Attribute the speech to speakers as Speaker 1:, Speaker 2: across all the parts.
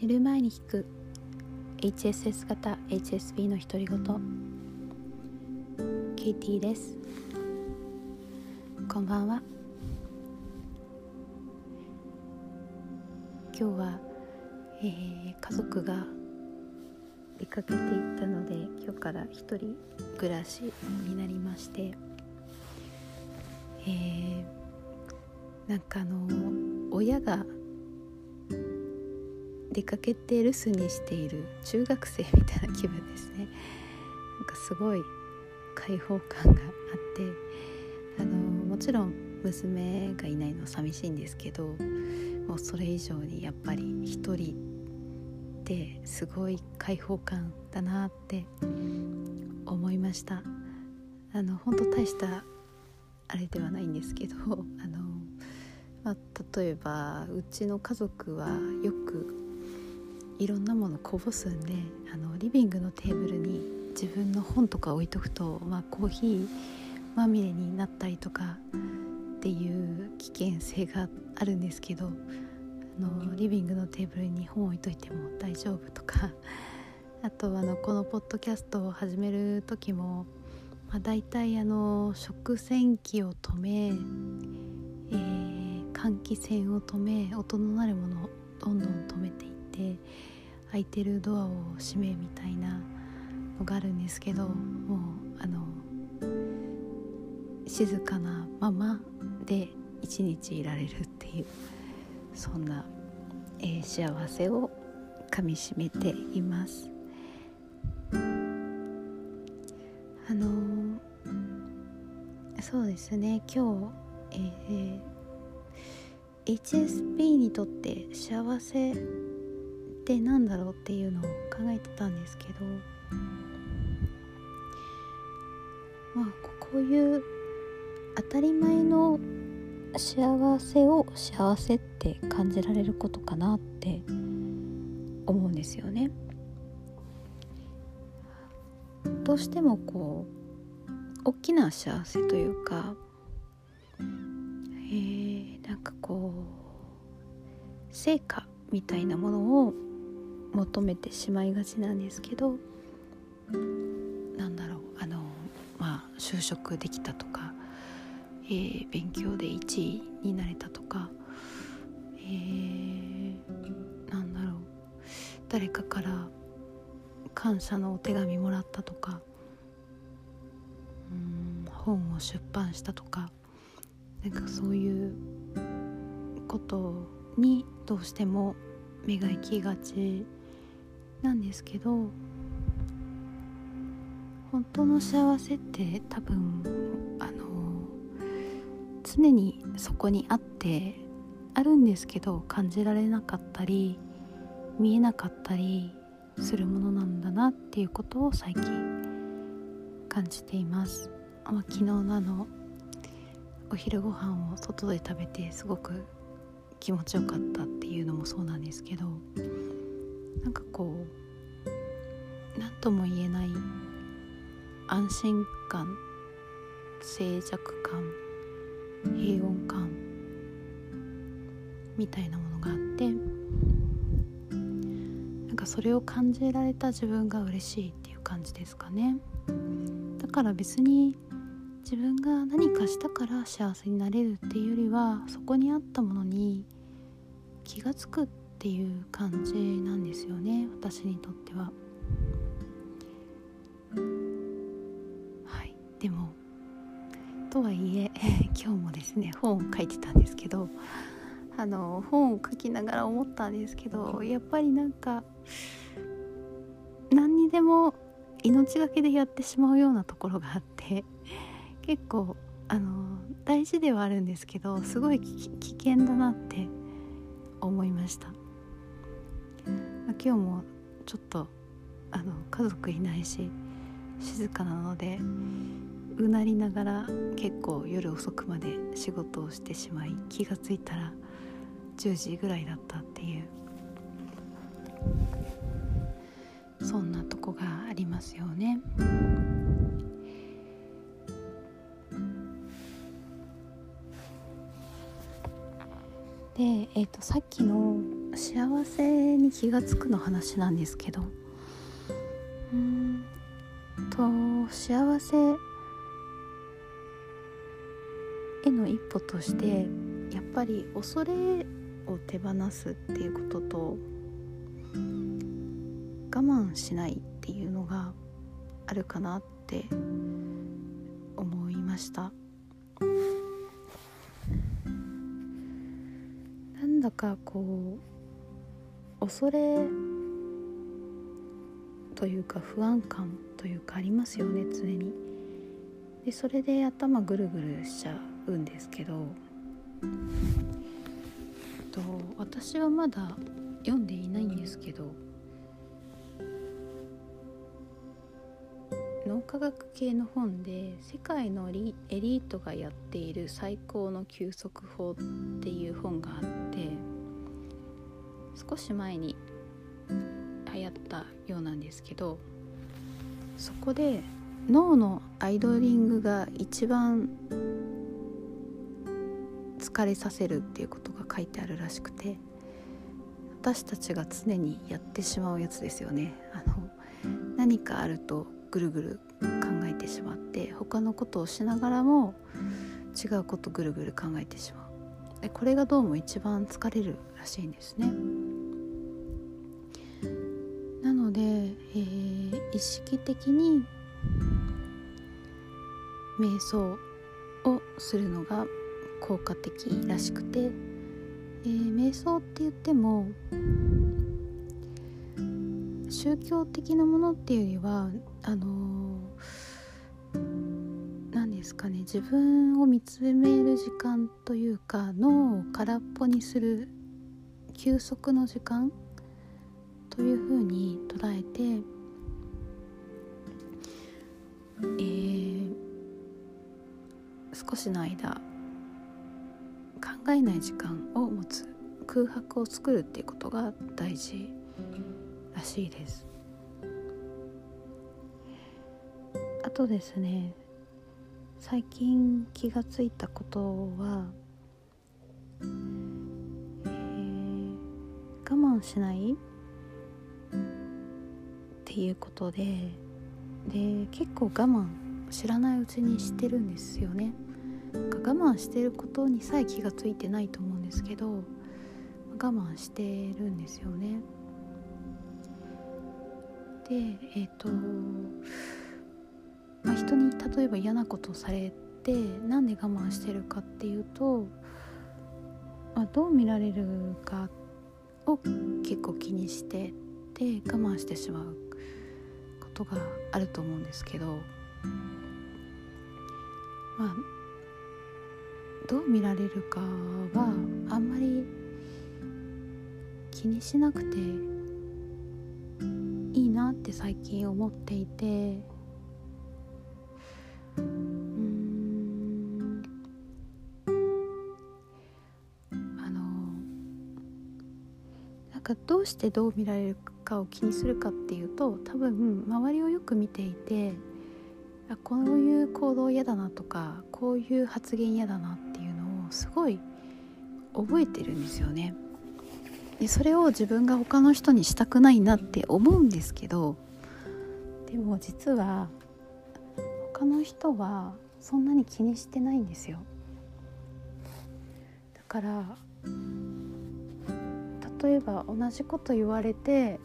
Speaker 1: 寝る前に聞く HSS 型 HSP の独り言。ケイティです。こんばんは。今日は、家族が出かけていったので、今日から一人暮らしになりまして、親が出かけて留守にしている中学生みたいな気分ですね。すごい開放感があって、もちろん娘がいないの寂しいんですけど、もうそれ以上にやっぱり一人ってすごい開放感だなって思いました。本当大したあれではないんですけど、例えばうちの家族はよくいろんなものこぼすんで、リビングのテーブルに自分の本とか置いとくと、コーヒーまみれになったりとかっていう危険性があるんですけど、リビングのテーブルに本置いといても大丈夫とか、あとこのポッドキャストを始める時も、だいたい食洗機を止め、換気扇を止め、音の鳴るものをどんどん止めていって、開いてるドアを閉めみたいなのがあるんですけど、もう静かなままで一日いられるっていう、そんな、幸せをかみしめています。そうですね、今日、HSP にとって幸せってなんだろうっていうのを考えてたんですけど、こういう当たり前の幸せを幸せって感じられることかなって思うんですよね。どうしても大きな幸せというか、成果みたいなものを求めてしまいがちなんですけど、就職できたとか、勉強で1位になれたとか、誰かから感謝のお手紙もらったとか、本を出版したとか、そういうことにどうしても目が行きがちなんですけど、本当の幸せって多分常にそこにあってあるんですけど、感じられなかったり見えなかったりするものなんだなっていうことを最近感じています。昨日のお昼ご飯を外で食べてすごく気持ちよかったっていうのもそうなんですけど、なんとも言えない安心感、静寂感、平穏感みたいなものがあって、それを感じられた自分が嬉しいっていう感じですかね。だから別に自分が何かしたから幸せになれるっていうよりは、そこにあったものに気がつくっていう感じなんですよね、私にとっては。でもとはいえ今日もですね、本を書いてたんですけど、本を書きながら思ったんですけど、やっぱり何にでも命がけでやってしまうようなところがあって、結構大事ではあるんですけど、すごい危険だなって思いました。今日もちょっと家族いないし静かなので、うなりながら結構夜遅くまで仕事をしてしまい、気がついたら10時ぐらいだったっていう、そんなとこがありますよね。で、さっきの幸せに気がつくの話なんですけど、幸せへの一歩としてやっぱり恐れを手放すっていうことと我慢しないっていうのがあるかなって思いました。なんだか恐れというか不安感というかありますよね、常に。でそれで頭ぐるぐるしちゃうんですけど、私はまだ読んでいないんですけど、脳科学系の本で世界のエリートがやっている最高の休息法っていう本があって、少し前に流行ったようなんですけど、そこで脳のアイドリングが一番疲れさせるっていうことが書いてあるらしくて、私たちが常にやってしまうやつですよね。何かあるとぐるぐる考えてしまって、他のことをしながらも違うことぐるぐる考えてしまう。でこれがどうも一番疲れるらしいんですね。なので、意識的に瞑想をするのが効果的らしくて、瞑想って言っても宗教的なものっていうよりは何ですかね、自分を見つめる時間というか、脳を空っぽにする休息の時間というふうに捉えて、少しの間考えない時間を持つ、空白を作るっていうことが大事らしいです。あとですね、最近気がついたことは、我慢しないっていうことで結構我慢知らないうちにしてるんですよね。我慢してることにさえ気がついてないと思うんですけど、我慢してるんですよね。で人に例えば嫌なことをされて、なんで我慢してるかっていうと、どう見られるかを結構気にしてで我慢してしまうことがあると思うんですけど、どう見られるかはあんまり気にしなくていいなって最近思っていて、なんかどうしてどう見られるかを気にするかっていうと、多分周りをよく見ていて、こういう行動嫌だなとか、こういう発言嫌だなっていうのをすごい覚えてるんですよね。でそれを自分が他の人にしたくないなって思うんですけど、でも実は他の人はそんなに気にしてないんですよ。だから例えば同じこと言われて、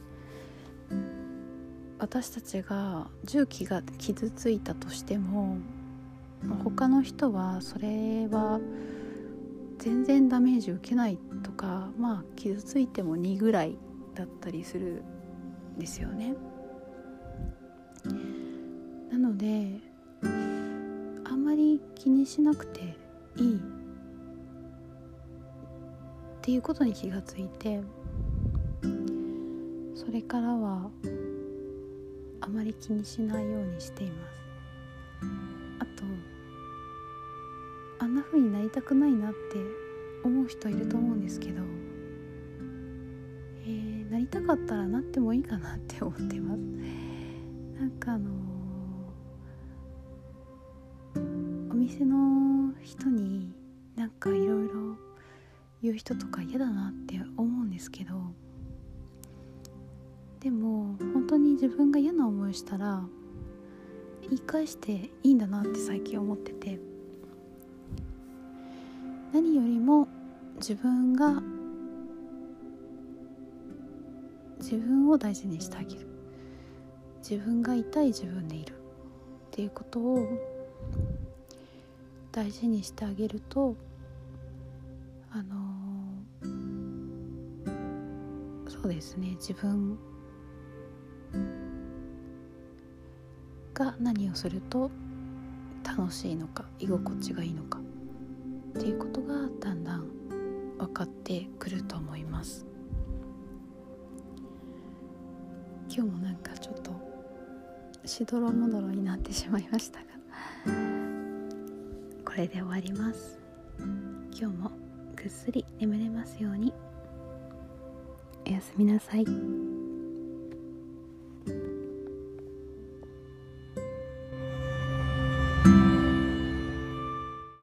Speaker 1: 私たちが重機が傷ついたとしても、他の人はそれは全然ダメージ受けないとか、傷ついても2ぐらいだったりするんですよね。なのであんまり気にしなくていいっていうことに気がついて、それからはあまり気にしないようにしています。あと、あんな風になりたくないなって思う人いると思うんですけど、なりたかったらなってもいいかなって思っています。なんかお店の人になんかいろいろ言う人とか嫌だなって思うんでですけど、でも本当に自分が嫌な思いしたら言い返していいんだなって最近思ってて、何よりも自分を大事にしてあげる、自分が痛い自分でいるっていうことを大事にしてあげると、そうですね、自分が何をすると楽しいのか、居心地がいいのかっていうことがだんだん分かってくると思います。今日もなんかちょっとしどろもどろになってしまいましたが、これで終わります。今日もぐっすり眠れますように。おやすみなさい。